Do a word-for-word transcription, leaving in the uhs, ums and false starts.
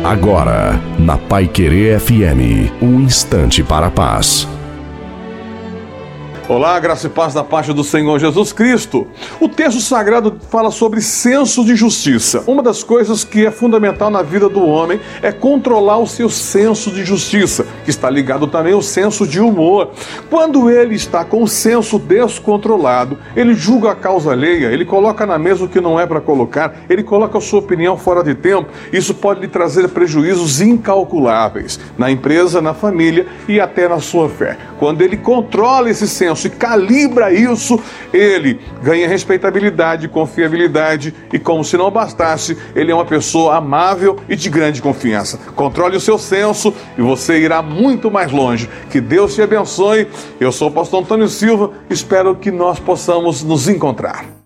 Agora, na Paiquerê F M, um instante para a paz. Olá, graça e paz da parte do Senhor Jesus Cristo. O texto sagrado fala sobre senso de justiça. Uma das coisas que é fundamental na vida do homem é controlar o seu senso de justiça, que está ligado também ao senso de humor. Quando ele está com o senso descontrolado, ele julga a causa alheia, ele coloca na mesa o que não é para colocar, ele coloca a sua opinião fora de tempo. Isso pode lhe trazer prejuízos incalculáveis na empresa, na família e até na sua fé. Quando ele controla esse senso e calibra isso, ele ganha respeitabilidade, confiabilidade e, como se não bastasse, ele é uma pessoa amável e de grande confiança. Controle o seu senso e você irá muito mais longe. Que Deus te abençoe. Eu sou o pastor Antônio Silva, espero que nós possamos nos encontrar.